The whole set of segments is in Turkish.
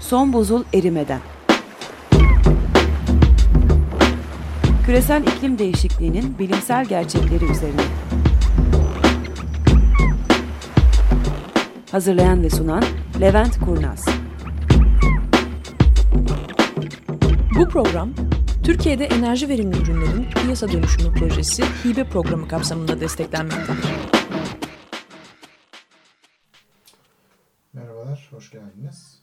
Son buzul erimeden. Küresel iklim değişikliğinin bilimsel gerçekleri üzerine. Hazırlayan ve sunan Levent Kurnaz. Bu program, Türkiye'de enerji verimli ürünlerin piyasa dönüşümü projesi hibe programı kapsamında desteklenmektedir. Merhabalar, hoş geldiniz.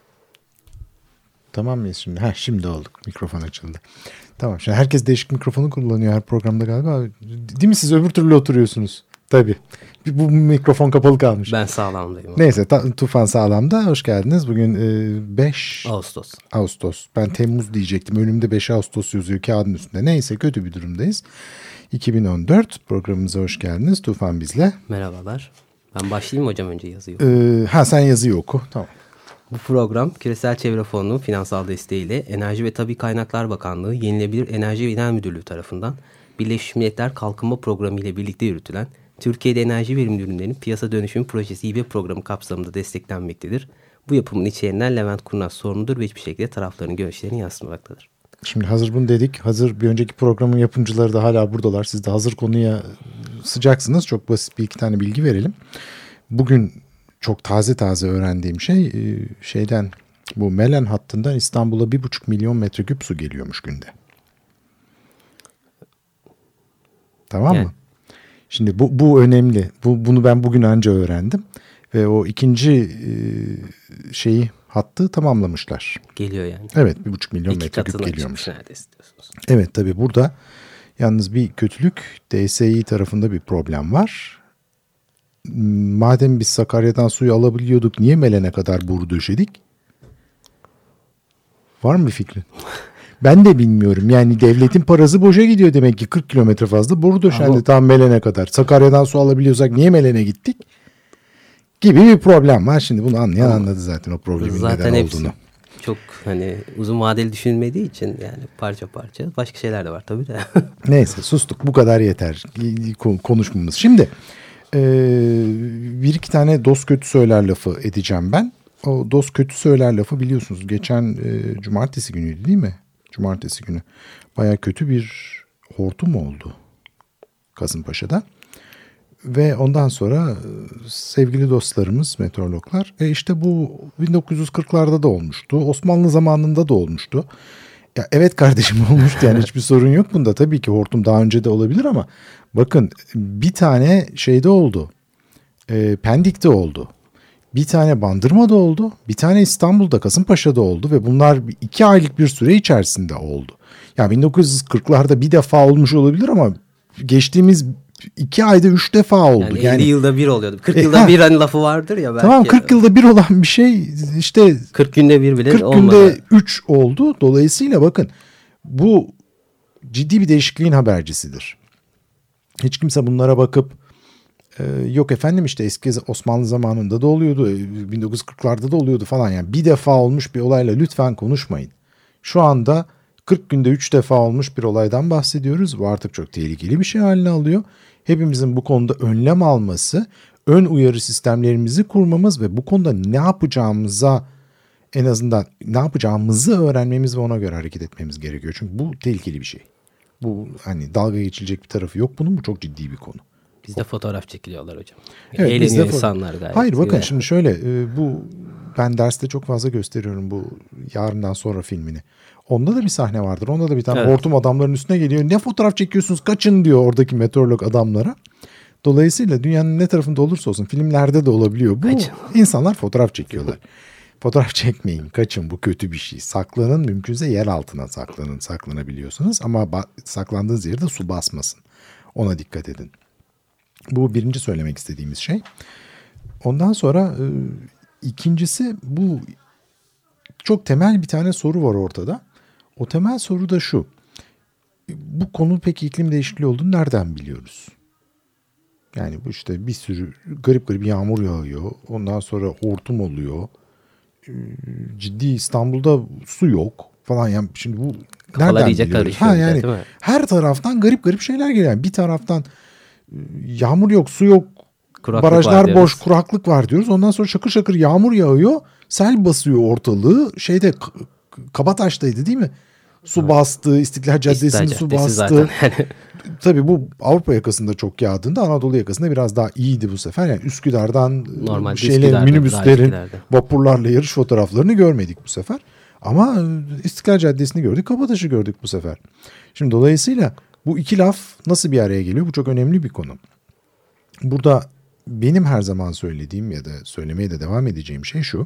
Tamam mıyız şimdi? Şimdi olduk. Mikrofon açıldı. Tamam, şimdi herkes değişik mikrofonu kullanıyor her programda galiba. Değil mi, siz öbür türlü oturuyorsunuz? Tabii. Bu mikrofon kapalı kalmış. Ben sağlamdayım. Neyse, Tufan sağlamda. Hoş geldiniz. Bugün 5 Ağustos. Ben Temmuz diyecektim. Önümde 5 Ağustos yazıyor kağıdın üstünde. Neyse, kötü bir durumdayız. 2014 programımıza hoş geldiniz. Tufan bizle. Merhabalar. Ben başlayayım hocam, önce yazıyı. Sen yazıyı oku. Tamam. Bu program Küresel Çevre Fonu'nun finansal desteğiyle Enerji ve Tabii Kaynaklar Bakanlığı Yenilebilir Enerji ve İdare Müdürlüğü tarafından Birleşmiş Milletler Kalkınma Programı ile birlikte yürütülen Türkiye'de enerji verimli ürünlerin piyasa dönüşümü projesi hibe programı kapsamında desteklenmektedir. Bu yapımın içeriğinden Levent Kurnaz sorumludur ve hiçbir şekilde tarafların görüşlerini yansıtmamaktadır. Şimdi hazır bunu dedik. Hazır bir önceki programın yapımcıları da hala buradalar. Siz de hazır konuya sıcaksınız. Çok basit bir iki tane bilgi verelim. Bugün çok taze öğrendiğim şeyden, bu Melen hattından İstanbul'a 1,5 milyon metreküp su geliyormuş günde. Tamam mı? Şimdi bu önemli. Bunu ben bugün anca öğrendim. Ve o ikinci hattı tamamlamışlar. Geliyor yani. Evet, 1,5 milyon metreküp geliyormuş. Neredeyse diyorsunuz. Evet, tabii burada yalnız bir kötülük, DSİ tarafında bir problem var. Madem biz Sakarya'dan suyu alabiliyorduk, niye Melen'e kadar boru döşedik? Var mı bir fikrin? Ben de bilmiyorum. Yani devletin parası boşa gidiyor demek ki. 40 kilometre fazla boru döşendi tam Melen'e kadar. Sakarya'dan su alabiliyorsak niye Melen'e gittik? Gibi bir problem var. Şimdi bunu anlayan anladı zaten o problemin zaten neden olduğunu. Çok uzun vadeli düşünülmediği için yani parça başka şeyler de var tabii de. Neyse, sustuk, bu kadar yeter konuşmamız. Şimdi bir iki tane dost kötü söyler lafı edeceğim ben. O dost kötü söyler lafı biliyorsunuz geçen cumartesi günüydü değil mi? Cumartesi günü baya kötü bir hortum oldu Kasımpaşa'da. Ve ondan sonra sevgili dostlarımız meteorologlar işte bu 1940'larda da olmuştu. Osmanlı zamanında da olmuştu. Ya evet kardeşim, olmuştu yani, hiçbir sorun yok bunda. Tabii ki hortum daha önce de olabilir ama bakın, bir tane şeyde oldu. Pendik'te oldu. Bir tane Bandırma'da oldu. Bir tane İstanbul'da, Kasımpaşa'da oldu ve bunlar 2 aylık bir süre içerisinde oldu. Ya 1940'larda bir defa olmuş olabilir ama geçtiğimiz 2 ayda 3 defa oldu. Yani 50 yılda bir oluyordu. 40 yılda bir lafı vardır ya belki. Tamam, 40 yılda bir olan bir şey işte 40 günde bir bile 40 olmadı. 40 günde 3 oldu. Dolayısıyla bakın, bu ciddi bir değişikliğin habercisidir. Hiç kimse bunlara bakıp yok efendim işte eski Osmanlı zamanında da oluyordu, 1940'larda da oluyordu falan, yani bir defa olmuş bir olayla lütfen konuşmayın. Şu anda 40 günde 3 defa olmuş bir olaydan bahsediyoruz. Bu artık çok tehlikeli bir şey haline alıyor. Hepimizin bu konuda önlem alması, ön uyarı sistemlerimizi kurmamız ve bu konuda ne yapacağımıza, en azından ne yapacağımızı öğrenmemiz ve ona göre hareket etmemiz gerekiyor. Çünkü bu tehlikeli bir şey. Bu dalga geçilecek bir tarafı yok bunun. Bu çok ciddi bir konu. Bizde fotoğraf çekiliyorlar hocam. Evet, eğleniyor insanlar gayet. Hayır bakın şimdi şöyle, ben derste çok fazla gösteriyorum bu Yarından Sonra filmini. Onda da bir sahne vardır. Onda da bir tane hortum adamların üstüne geliyor. Ne fotoğraf çekiyorsunuz, kaçın diyor oradaki meteorolog adamlara. Dolayısıyla dünyanın ne tarafında olursa olsun, filmlerde de olabiliyor. İnsanlar fotoğraf çekiyorlar. Fotoğraf çekmeyin, kaçın, bu kötü bir şey. Saklanın, mümkünse yer altına saklanabiliyorsunuz. Ama saklandığınız yerde su basmasın. Ona dikkat edin. Bu birinci söylemek istediğimiz şey. Ondan sonra ikincisi, bu çok temel bir tane soru var ortada. O temel soru da şu: bu konu peki iklim değişikliği olduğunu nereden biliyoruz? Yani bu işte bir sürü garip yağmur yağıyor. Ondan sonra hortum oluyor. Ciddi İstanbul'da su yok falan. Yani şimdi bu nereden biliyoruz? Yani her taraftan garip şeyler geliyor. Yani bir taraftan yağmur yok, su yok, barajlar boş, kuraklık var diyoruz. Ondan sonra şakır şakır yağmur yağıyor. Sel basıyor ortalığı. Kabataş'taydı değil mi? Su bastı, İstiklal Caddesi'ni su bastı. Tabii bu Avrupa yakasında çok yağdığında Anadolu yakasında biraz daha iyiydi bu sefer. Yani Üsküdar'dan minibüslerin, vapurlarla yarış fotoğraflarını görmedik bu sefer. Ama İstiklal Caddesi'ni gördük, Kabataş'ı gördük bu sefer. Şimdi dolayısıyla bu iki laf nasıl bir araya geliyor? Bu çok önemli bir konu. Burada benim her zaman söylediğim ya da söylemeye de devam edeceğim şey şu.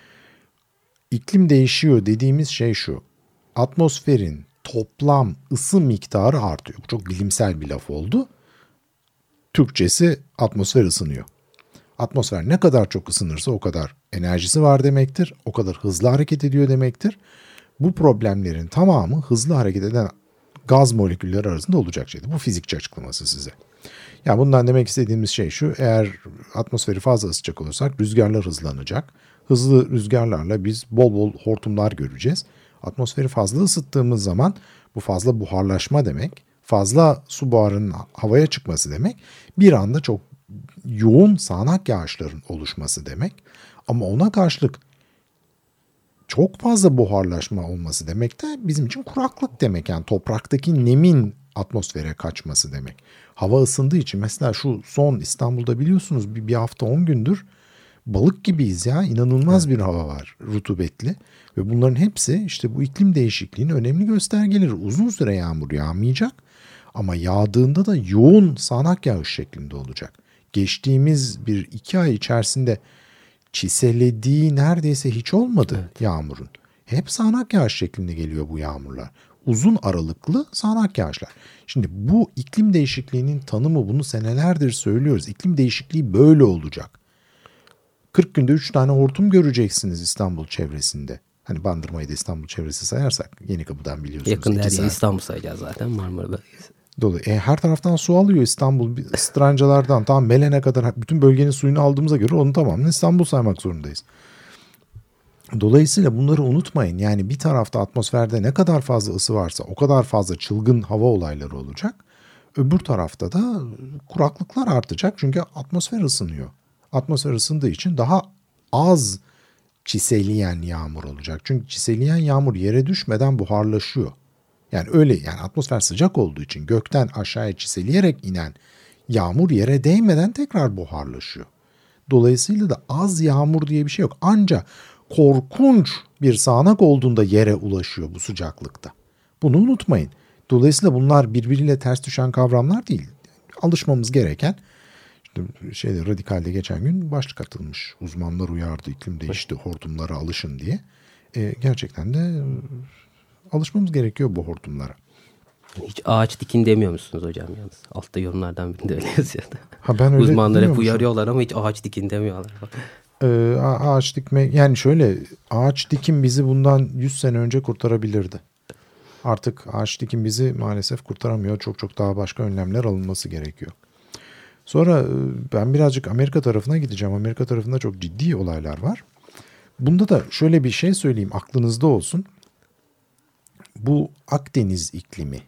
İklim değişiyor dediğimiz şey şu. Atmosferin toplam ısı miktarı artıyor. Bu çok bilimsel bir laf oldu. Türkçesi atmosfer ısınıyor. Atmosfer ne kadar çok ısınırsa o kadar enerjisi var demektir. O kadar hızlı hareket ediyor demektir. Bu problemlerin tamamı hızlı hareket eden gaz molekülleri arasında olacak şeydi. Bu fizikçi açıklaması size. Yani bundan demek istediğimiz şey şu. Eğer atmosferi fazla ısıtacak olursak rüzgarlar hızlanacak. Hızlı rüzgarlarla biz bol bol hortumlar göreceğiz. Atmosferi fazla ısıttığımız zaman bu fazla buharlaşma demek. Fazla su buharının havaya çıkması demek. Bir anda çok yoğun sağanak yağışların oluşması demek. Ama ona karşılık çok fazla buharlaşma olması demek de bizim için kuraklık demek. Yani topraktaki nemin atmosfere kaçması demek. Hava ısındığı için mesela şu son İstanbul'da biliyorsunuz bir hafta 10 gündür balık gibiyiz ya. İnanılmaz bir hava var, rutubetli. Ve bunların hepsi işte bu iklim değişikliğinin önemli göstergeleri. Uzun süre yağmur yağmayacak ama yağdığında da yoğun sağanak yağış şeklinde olacak. Geçtiğimiz 1-2 ay içerisinde çiselediği neredeyse hiç olmadı yağmurun. Hep sağanak yağış şeklinde geliyor bu yağmurlar. Uzun aralıklı sağanak yağışlar. Şimdi bu iklim değişikliğinin tanımı, bunu senelerdir söylüyoruz. İklim değişikliği böyle olacak. 40 günde 3 tane hortum göreceksiniz İstanbul çevresinde. Hani Bandırma'yı da İstanbul çevresi sayarsak Yenikapı'dan biliyorsunuz. Yakında her yeri İstanbul sayacağız zaten, Marmara bölgesi. Her taraftan su alıyor İstanbul. Strancalardan tam Melen'e kadar bütün bölgenin suyunu aldığımıza göre onun tamamını İstanbul saymak zorundayız. Dolayısıyla bunları unutmayın. Yani bir tarafta atmosferde ne kadar fazla ısı varsa o kadar fazla çılgın hava olayları olacak. Öbür tarafta da kuraklıklar artacak çünkü atmosfer ısınıyor. Atmosfer ısındığı için daha az çiseleyen yağmur olacak. Çünkü çiseleyen yağmur yere düşmeden buharlaşıyor. Yani atmosfer sıcak olduğu için gökten aşağıya çiseleyerek inen yağmur yere değmeden tekrar buharlaşıyor. Dolayısıyla da az yağmur diye bir şey yok. Ancak korkunç bir sağanak olduğunda yere ulaşıyor bu sıcaklıkta. Bunu unutmayın. Dolayısıyla bunlar birbiriyle ters düşen kavramlar değil. Alışmamız gereken, Radikal'de geçen gün başlık atılmış. Uzmanlar uyardı, iklim değişti, hortumlara alışın diye. Gerçekten de alışmamız gerekiyor bu hortumlara. Hiç ağaç dikin demiyor musunuz hocam yalnız? Altta yorumlardan birinde öyle yazıyordu. Ben öyle uzmanlar hep uyarıyorlar ama hiç ağaç dikin demiyorlar. Ağaç dikme, yani ağaç dikim bizi bundan 100 sene önce kurtarabilirdi. Artık ağaç dikim bizi maalesef kurtaramıyor. Çok çok daha başka önlemler alınması gerekiyor. Sonra ben birazcık Amerika tarafına gideceğim. Amerika tarafında çok ciddi olaylar var. Bunda da şöyle bir şey söyleyeyim, aklınızda olsun. Bu Akdeniz iklimi,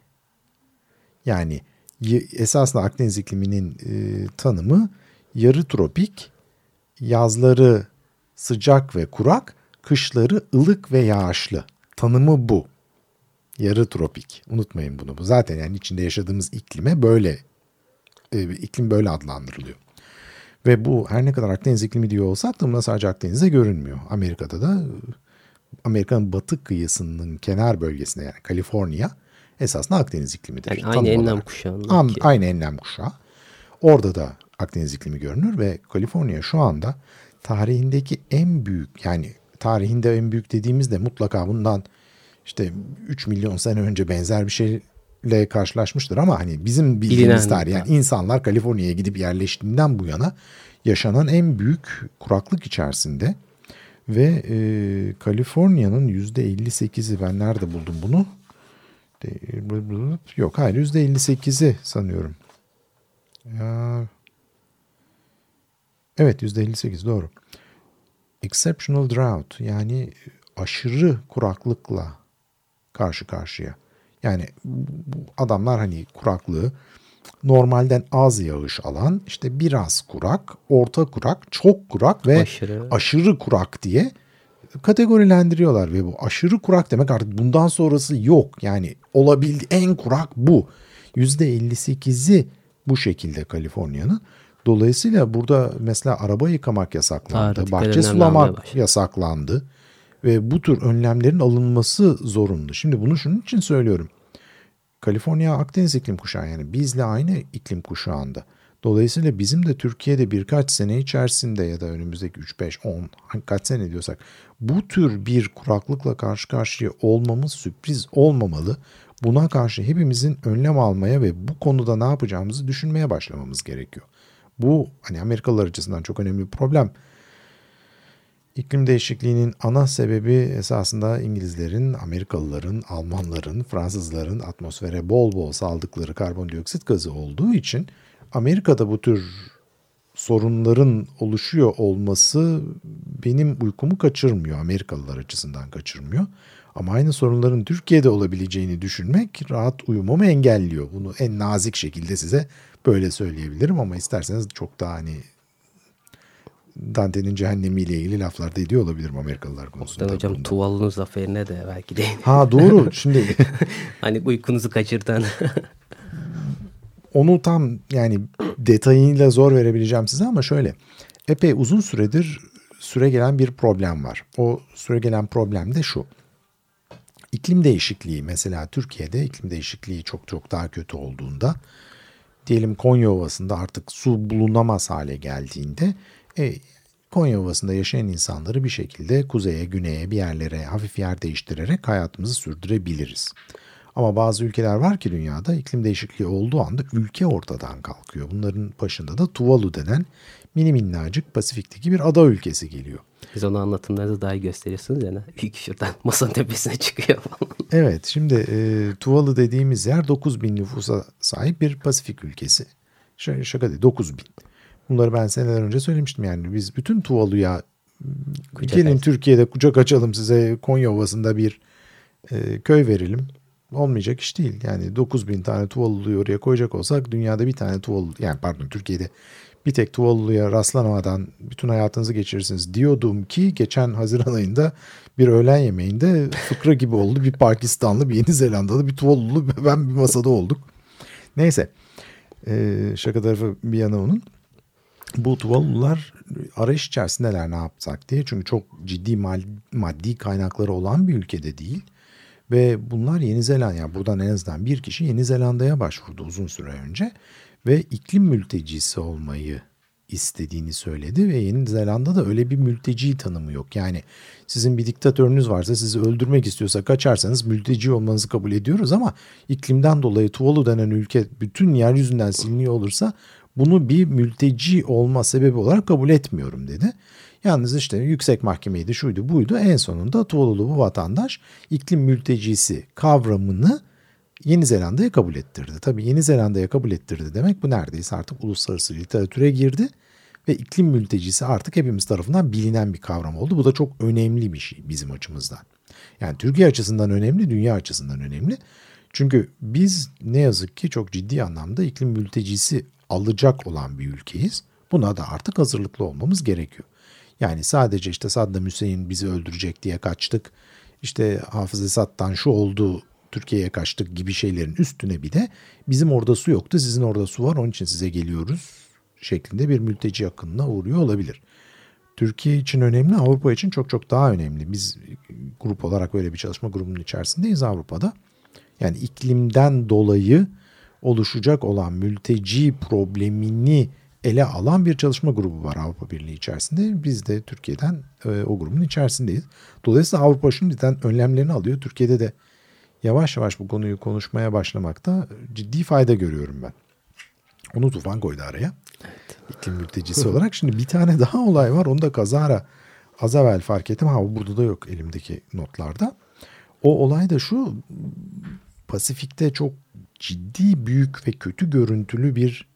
yani esasında Akdeniz ikliminin tanımı yarı tropik, yazları sıcak ve kurak, kışları ılık ve yağışlı. Tanımı bu. Yarı tropik. Unutmayın bunu. Bu zaten yani içinde yaşadığımız iklime böyle iklim böyle adlandırılıyor. Ve bu her ne kadar Akdeniz iklimi diyor olsak da bunlar sadece Akdeniz'de görünmüyor. Amerika'da da Amerika'nın batı kıyısının kenar bölgesinde, yani Kaliforniya esasında Akdeniz iklimidir. Yani aynı enlem kuşağı. Aynı enlem kuşağı. Orada da Akdeniz iklimi görünür ve Kaliforniya şu anda tarihindeki en büyük, yani tarihinde en büyük dediğimizde mutlaka bundan 3 milyon sene önce benzer bir şeyle karşılaşmıştır ama hani bizim bildiğimiz tarih, yani insanlar Kaliforniya'ya gidip yerleştiğinden bu yana yaşanan en büyük kuraklık içerisinde. Ve Kaliforniya'nın %58'i, ben nerede buldum bunu? Yok, hayır, %58'i sanıyorum. Evet, %58 doğru. Exceptional drought, yani aşırı kuraklıkla karşı karşıya. Yani bu adamlar hani kuraklığı normalden az yağış alan, işte biraz kurak, orta kurak, çok kurak ve aşırı kurak diye kategorilendiriyorlar ve bu aşırı kurak demek artık bundan sonrası yok. Yani olabildiği en kurak bu. %58'i bu şekilde Kaliforniya'nın. Dolayısıyla burada mesela araba yıkamak yasaklandı, bahçe sulamak yasaklandı ve bu tür önlemlerin alınması zorunlu. Şimdi bunu şunun için söylüyorum. Kaliforniya Akdeniz iklim kuşağı, yani bizle aynı iklim kuşağında. Dolayısıyla bizim de Türkiye'de birkaç sene içerisinde ya da önümüzdeki 3, 5, 10 kaç sene diyorsak bu tür bir kuraklıkla karşı karşıya olmamız sürpriz olmamalı. Buna karşı hepimizin önlem almaya ve bu konuda ne yapacağımızı düşünmeye başlamamız gerekiyor. Bu hani Amerikalılar açısından çok önemli bir problem. İklim değişikliğinin ana sebebi esasında İngilizlerin, Amerikalıların, Almanların, Fransızların atmosfere bol bol saldıkları karbondioksit gazı olduğu için Amerika'da bu tür sorunların oluşuyor olması benim uykumu kaçırmıyor. Amerikalılar açısından kaçırmıyor. Ama aynı sorunların Türkiye'de olabileceğini düşünmek rahat uyumamı engelliyor. Bunu en nazik şekilde size böyle söyleyebilirim ama isterseniz çok daha hani Dante'nin cehennemiyle ilgili laflar da ediyor olabilirim Amerikalılar konusunda. Hocam bunda. Tuvalu'nun zaferine de belki de. Ha doğru. Şimdi hani uykunuzu kaçırdan. Onu tam yani detayıyla zor verebileceğim size ama şöyle. Epey uzun süredir süregelen bir problem var. O süregelen problem de şu. İklim değişikliği, mesela Türkiye'de iklim değişikliği çok çok daha kötü olduğunda, diyelim Konya Ovası'nda artık su bulunamaz hale geldiğinde Konya Ovası'nda yaşayan insanları bir şekilde kuzeye, güneye, bir yerlere hafif yer değiştirerek hayatımızı sürdürebiliriz. Ama bazı ülkeler var ki dünyada iklim değişikliği olduğu anda ülke ortadan kalkıyor. Bunların başında da Tuvalu denen mini minnacık Pasifik'teki bir ada ülkesi geliyor. Siz onu anlatımlarınızda daha iyi gösteriyorsunuz yani. İlk şuradan masanın tepesine çıkıyor falan. Evet, şimdi Tuvalu dediğimiz yer 9.000 nüfusa sahip bir Pasifik ülkesi. Şaka değil, 9.000. Bunları ben seneler önce söylemiştim yani. Biz bütün Tuvalu'ya gelin Türkiye'de kucak açalım size, Konya Ovası'nda bir köy verelim. Olmayacak iş değil. Yani 9.000 tane Tuvalu'yu oraya koyacak olsak dünyada bir tane Tuvalu, yani pardon Türkiye'de bir tek Tuvalu'ya rastlanamadan bütün hayatınızı geçirirsiniz diyordum ki geçen Haziran ayında bir öğlen yemeğinde fıkra gibi oldu. Bir Pakistanlı, bir Yeni Zelandalı, bir Tuvalulu ben bir masada olduk. Neyse şaka tarafı bir yana onun. Bu Tuvalular arayış içerisindeler ne yapsak diye. Çünkü çok ciddi maddi kaynakları olan bir ülkede değil. Ve bunlar Yeni Zelanda, yani buradan en azından bir kişi Yeni Zelanda'ya başvurdu uzun süre önce. Ve iklim mültecisi olmayı istediğini söyledi. Ve Yeni Zelanda'da öyle bir mülteci tanımı yok. Yani sizin bir diktatörünüz varsa, sizi öldürmek istiyorsa kaçarsanız mülteci olmanızı kabul ediyoruz. Ama iklimden dolayı Tuvalu denen ülke bütün yeryüzünden siliniyor olursa bunu bir mülteci olma sebebi olarak kabul etmiyorum dedi. Yalnız işte yüksek mahkemeydi, şuydu buydu, en sonunda Tuvalulu bu vatandaş iklim mültecisi kavramını Yeni Zelanda'ya kabul ettirdi. Tabii Yeni Zelanda'ya kabul ettirdi demek bu neredeyse artık uluslararası literatüre girdi ve iklim mültecisi artık hepimiz tarafından bilinen bir kavram oldu. Bu da çok önemli bir şey bizim açımızdan. Yani Türkiye açısından önemli, dünya açısından önemli. Çünkü biz ne yazık ki çok ciddi anlamda iklim mültecisi alacak olan bir ülkeyiz. Buna da artık hazırlıklı olmamız gerekiyor. Yani sadece işte Saddam Hüseyin bizi öldürecek diye kaçtık, İşte Hafız Esad'dan şu oldu, Türkiye'ye kaçtık gibi şeylerin üstüne bir de bizim orada su yoktu, sizin orada su var, onun için size geliyoruz şeklinde bir mülteci akınına uğruyor olabilir. Türkiye için önemli, Avrupa için çok çok daha önemli. Biz grup olarak böyle bir çalışma grubunun içerisindeyiz Avrupa'da. Yani iklimden dolayı oluşacak olan mülteci problemini ele alan bir çalışma grubu var Avrupa Birliği içerisinde. Biz de Türkiye'den o grubun içerisindeyiz. Dolayısıyla Avrupa şimdiden önlemlerini alıyor. Türkiye'de de yavaş yavaş bu konuyu konuşmaya başlamakta ciddi fayda görüyorum ben. Onu Tufan koydu araya. Evet. İklim mültecisi olarak. Şimdi bir tane daha olay var. Onu da kazara az evvel fark ettim. Ha burada da yok elimdeki notlarda. O olay da şu: Pasifik'te çok ciddi, büyük ve kötü görüntülü bir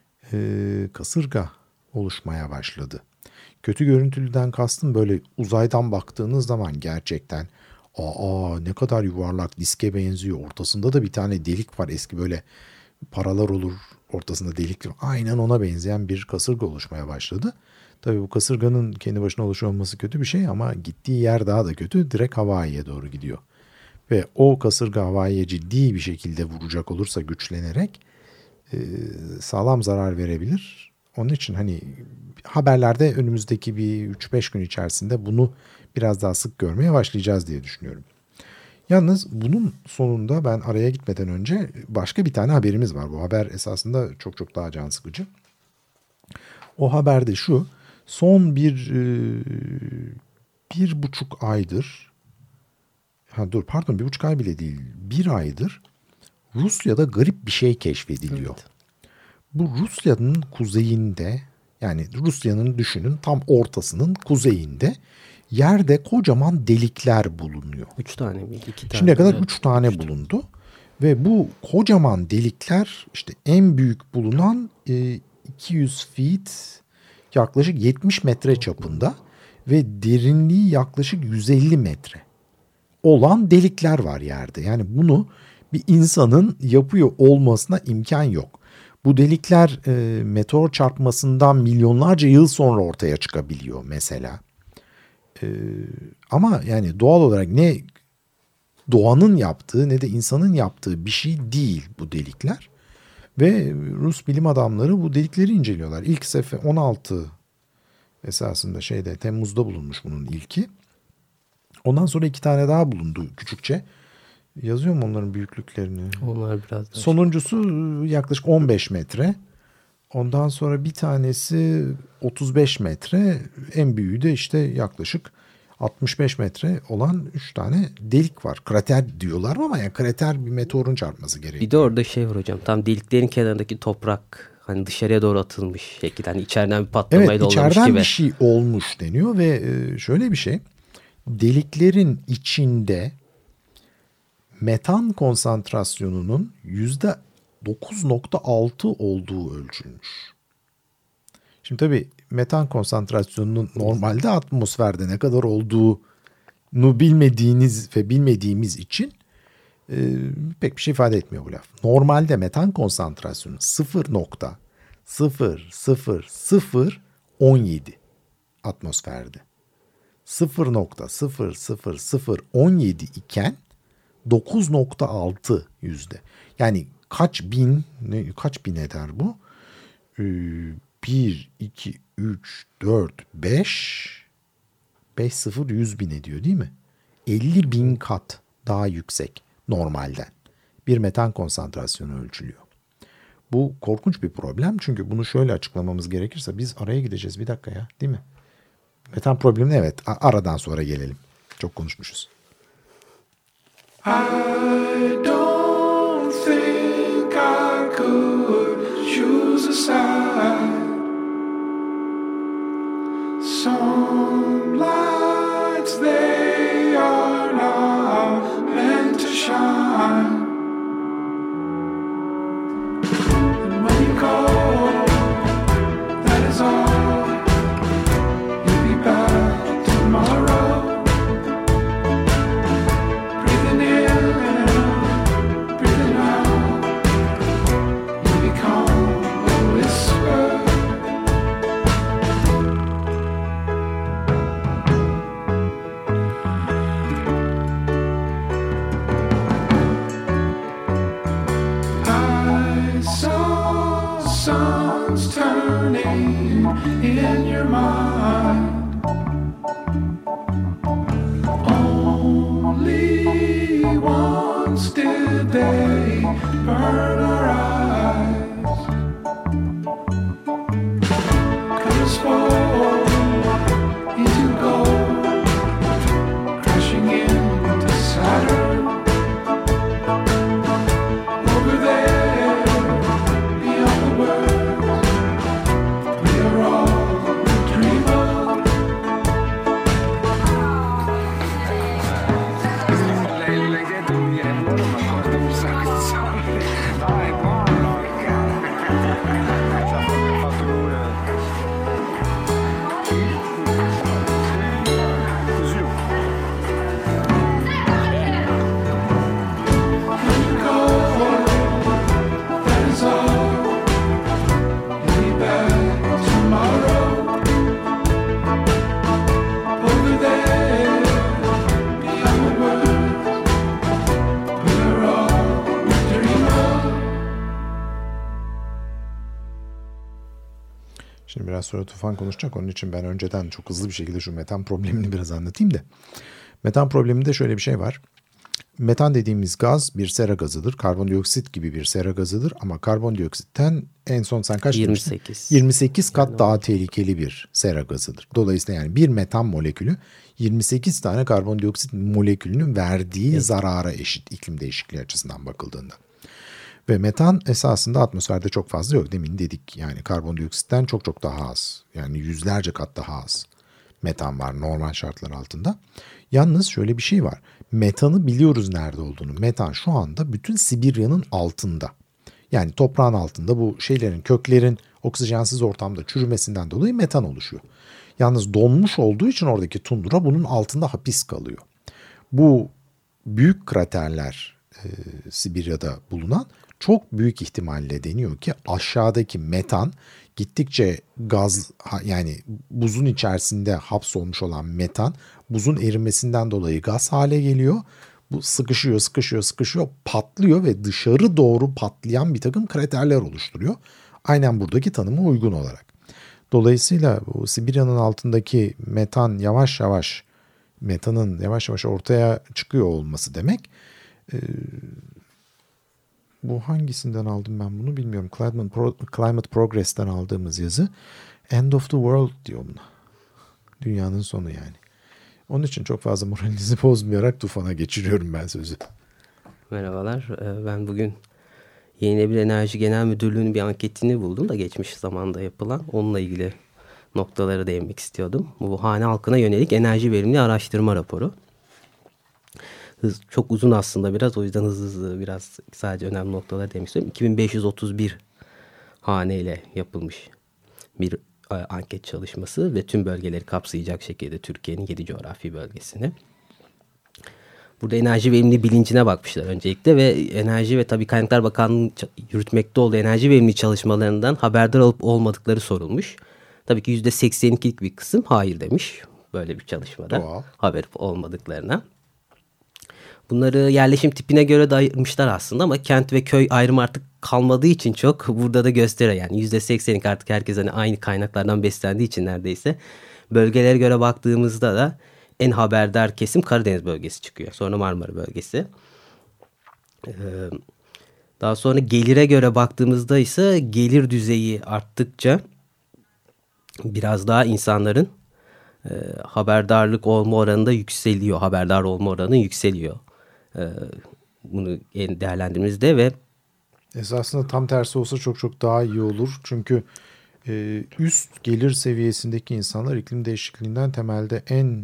kasırga oluşmaya başladı. Kötü görüntülüden kastım böyle uzaydan baktığınız zaman gerçekten ne kadar yuvarlak, diske benziyor. Ortasında da bir tane delik var. Eski böyle paralar olur, ortasında delik, aynen ona benzeyen bir kasırga oluşmaya başladı. Tabii bu kasırganın kendi başına oluşuyor olması kötü bir şey ama gittiği yer daha da kötü. Direkt Hawaii'ye doğru gidiyor. Ve o kasırga Hawaii'ye ciddi bir şekilde vuracak olursa güçlenerek sağlam zarar verebilir. Onun için hani haberlerde önümüzdeki bir 3-5 gün içerisinde bunu biraz daha sık görmeye başlayacağız diye düşünüyorum. Yalnız bunun sonunda ben araya gitmeden önce başka bir tane haberimiz var. Bu haber esasında çok çok daha can sıkıcı. O haber de şu: son bir buçuk aydır, bir buçuk ay bile değil, bir aydır Rusya'da garip bir şey keşfediliyor. Evet. Bu Rusya'nın kuzeyinde, yani Rusya'nın düşünün tam ortasının kuzeyinde yerde kocaman delikler bulunuyor. 3 tane mi? 2 tane. Şimdiye kadar 3 tane bulundu. Ve bu kocaman delikler işte en büyük bulunan 200 feet, yaklaşık 70 metre çapında ve derinliği yaklaşık 150 metre olan delikler var yerde. Yani bunu bir insanın yapıyor olmasına imkan yok. Bu delikler meteor çarpmasından milyonlarca yıl sonra ortaya çıkabiliyor mesela. Ama yani doğal olarak ne doğanın yaptığı ne de insanın yaptığı bir şey değil bu delikler. Ve Rus bilim adamları bu delikleri inceliyorlar. İlk sefer 16 esasında Temmuz'da bulunmuş bunun ilki. Ondan sonra 2 tane daha bulundu küçükçe. Yazıyor mu onların büyüklüklerini? Onlar biraz daha. Sonuncusu yaklaşık 15 metre. Ondan sonra bir tanesi 35 metre. En büyüğü de işte yaklaşık 65 metre olan 3 tane delik var. Krater diyorlar ama yani krater bir meteorun çarpması gerekiyor. Bir de orada var hocam, tam deliklerin kenarındaki toprak hani dışarıya doğru atılmış şekilde. Hani içeriden bir patlamayla evet, olmuş gibi. Evet, içeriden bir şey olmuş deniyor ve şöyle bir şey. Deliklerin içinde metan konsantrasyonunun %9.6 olduğu ölçülmüş. Şimdi tabii metan konsantrasyonunun normalde atmosferde ne kadar olduğunu bilmediğiniz ve bilmediğimiz için pek bir şey ifade etmiyor bu laf. Normalde metan konsantrasyonu 0.00017 atmosferde. 0.00017 iken 9.6 yüzde. Yani kaç bin eder bu? 1, 2, 3, 4, 5 0 100 bin ediyor değil mi? 50 bin kat daha yüksek normalden. Bir metan konsantrasyonu ölçülüyor. Bu korkunç bir problem, çünkü bunu şöyle açıklamamız gerekirse biz araya gideceğiz bir dakika ya, değil mi? Metan problemine evet aradan sonra gelelim. Çok konuşmuşuz. I don't think I could choose a side. Some lights they are not meant to shine. And when you go, that is all. You'll be back tomorrow. In your mind, only once did they burn our eyes. Could have swore into gold, crashing into Saturn. Over there, beyond the world. Şimdi biraz sonra Tufan konuşacak. Onun için ben önceden çok hızlı bir şekilde şu metan problemini biraz anlatayım da. Metan probleminde şöyle bir şey var. Metan dediğimiz gaz bir sera gazıdır. Karbondioksit gibi bir sera gazıdır. Ama karbondioksitten en son sen kaç demiştin? 28 kat daha tehlikeli bir sera gazıdır. Dolayısıyla yani bir metan molekülü 28 tane karbondioksit molekülünün verdiği zarara eşit iklim değişikliği açısından bakıldığında. Ve metan esasında atmosferde çok fazla yok. Demin dedik yani karbondioksitten çok çok daha az. Yani yüzlerce kat daha az metan var normal şartlar altında. Yalnız şöyle bir şey var. Metanı biliyoruz nerede olduğunu. Metan şu anda bütün Sibirya'nın altında. Yani toprağın altında bu şeylerin, köklerin oksijensiz ortamda çürümesinden dolayı metan oluşuyor. Yalnız donmuş olduğu için oradaki tundra bunun altında hapis kalıyor. Bu büyük kraterler Sibirya'da bulunan çok büyük ihtimalle deniyor ki aşağıdaki metan gittikçe gaz yani buzun içerisinde hapsolmuş olan metan buzun erimesinden dolayı gaz hale geliyor. Bu sıkışıyor, patlıyor ve dışarı doğru patlayan bir takım kraterler oluşturuyor. Aynen buradaki tanıma uygun olarak. Dolayısıyla bu Sibirya'nın altındaki metan metanın yavaş yavaş ortaya çıkıyor olması demek. Bu hangisinden aldım ben bunu bilmiyorum. Climate Progress'ten aldığımız yazı. End of the World diyor buna. Dünyanın sonu yani. Onun için çok fazla moralinizi bozmayarak Tufan'a geçiriyorum ben sözü. Merhabalar. Ben bugün Yenilenebilir Enerji Genel Müdürlüğü'nün bir anketini buldum da geçmiş zamanda yapılan. Onunla ilgili noktalara değinmek istiyordum. Bu hane halkına yönelik enerji verimli araştırma raporu. Çok uzun aslında biraz. O yüzden hızlı biraz sadece önemli noktalara değinmek istiyorum. 2531 haneyle yapılmış bir anket çalışması ve tüm bölgeleri kapsayacak şekilde Türkiye'nin 7 coğrafi bölgesini. Burada enerji verimli bilincine bakmışlar öncelikle ve Enerji ve Tabii Kaynaklar Bakanlığı'nın yürütmekte olduğu enerji verimli çalışmalarından haberdar olup olmadıkları sorulmuş. Tabii ki %82'lik bir kısım hayır demiş böyle bir çalışmada. Doğal. Haber olmadıklarına. Bunları yerleşim tipine göre de ayırmışlar aslında ama kent ve köy ayrımı artık kalmadığı için çok burada da gösteriyor. Yani %80'lik artık herkes hani aynı kaynaklardan beslendiği için neredeyse. Bölgelere göre baktığımızda da en haberdar kesim Karadeniz bölgesi çıkıyor. Sonra Marmara bölgesi. Daha sonra gelire göre baktığımızda ise gelir düzeyi arttıkça biraz daha insanların haberdarlık olma oranı da yükseliyor. Haberdar olma oranı yükseliyor. Bunu değerlendirmemizde ve esasında tam tersi olsa çok çok daha iyi olur. Çünkü üst gelir seviyesindeki insanlar iklim değişikliğinden temelde en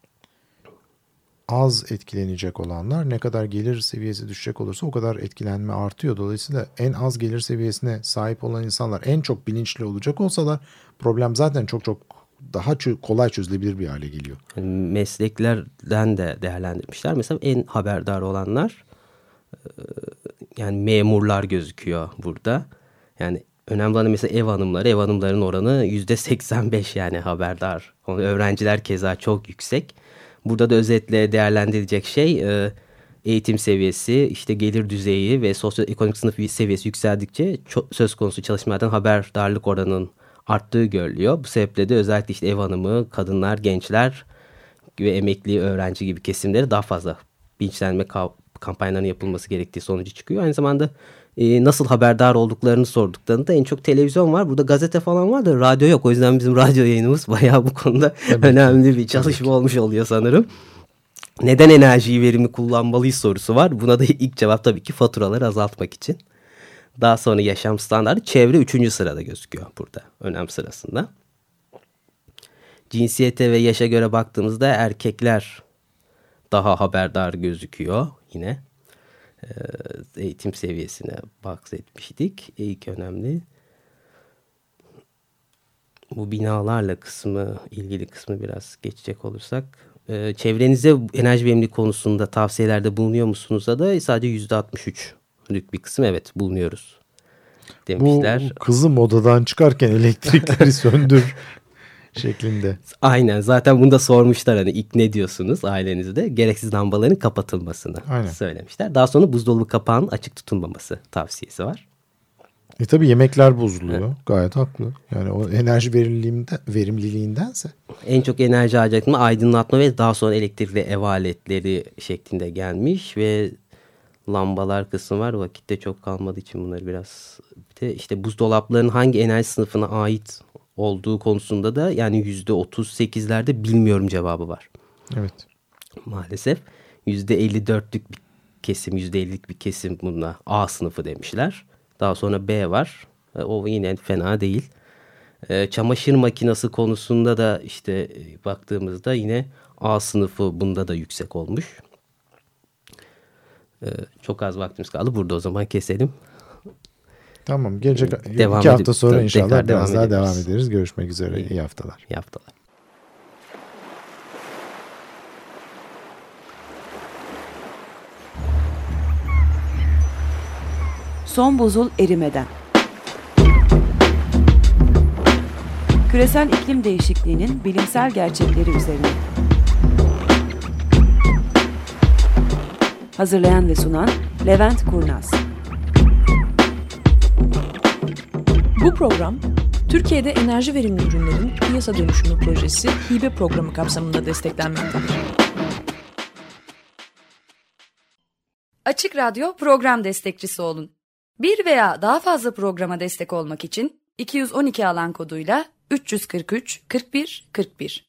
az etkilenecek olanlar. Ne kadar gelir seviyesi düşecek olursa o kadar etkilenme artıyor. Dolayısıyla en az gelir seviyesine sahip olan insanlar en çok bilinçli olacak olsalar problem zaten çok çok daha kolay çözülebilir bir hale geliyor. Yani mesleklerden de değerlendirmişler. Mesela en haberdar olanlar yani memurlar gözüküyor burada. Yani önemli olan mesela ev hanımların oranı %85 yani haberdar. Öğrenciler keza çok yüksek. Burada da özetle değerlendirilecek şey eğitim seviyesi, işte gelir düzeyi ve sosyoekonomik sınıf seviyesi yükseldikçe söz konusu çalışmalardan haberdarlık oranının arttığı görülüyor. Bu sebeple de özellikle işte ev hanımı, kadınlar, gençler ve emekli öğrenci gibi kesimleri daha fazla bilinçlenme kampanyalarının yapılması gerektiği sonucu çıkıyor. Aynı zamanda nasıl haberdar olduklarını sorduklarında en çok televizyon var. Burada gazete falan var da radyo yok. O yüzden bizim radyo yayınımız bayağı bu konuda önemli bir çalışma olmuş oluyor sanırım. Neden enerjiyi verimli kullanmalıyız sorusu var. Buna da ilk cevap tabii ki faturaları azaltmak için. Daha sonra yaşam standartı, çevre 3. sırada gözüküyor burada önem sırasında. Cinsiyete ve yaşa göre baktığımızda erkekler daha haberdar gözüküyor yine. Eğitim seviyesine bahsetmiştik. İlk önemli. Bu binalarla ilgili kısmı biraz geçecek olursak. Çevrenize enerji verimliliği konusunda tavsiyelerde bulunuyor musunuz da sadece %63'lük bir kısım evet bulunuyoruz demişler. Bu kızım odadan çıkarken elektrikleri söndür şeklinde. Aynen, zaten bunu da sormuşlar hani ilk ne diyorsunuz ailenizde, gereksiz lambaların kapatılmasını söylemişler. Daha sonra buzdolabı kapağının açık tutulmaması tavsiyesi var. Tabii yemekler bozuluyor. Evet. Gayet haklı. Yani o enerji verimliliğindense. En çok enerji harcatma aydınlatma ve daha sonra elektrikli ev aletleri şeklinde gelmiş ve lambalar kısmı var. Vakitte çok kalmadığı için bunları biraz... Bir de işte buzdolaplarının hangi enerji sınıfına ait olduğu konusunda da yani %38'lerde bilmiyorum cevabı var. Evet. Maalesef %54'lük bir kesim, %50'lik bir kesim buna A sınıfı demişler. Daha sonra B var. O yine fena değil. Çamaşır makinesi konusunda da işte baktığımızda yine A sınıfı bunda da yüksek olmuş. Çok az vaktimiz kaldı. Burada o zaman keselim. Tamam. Gelecek 2 hafta sonra inşallah biraz daha devam ederiz. Görüşmek üzere. İyi haftalar. İyi haftalar. Son buzul erimeden. Küresel iklim değişikliğinin bilimsel gerçekleri üzerine. Hazırlayan ve sunan Levent Kurnaz. Bu program, Türkiye'de enerji verimli ürünlerin piyasa dönüşümü projesi hibe programı kapsamında desteklenmektedir. Açık Radyo program destekçisi olun. Bir veya daha fazla programa destek olmak için 212 alan koduyla 343 41 41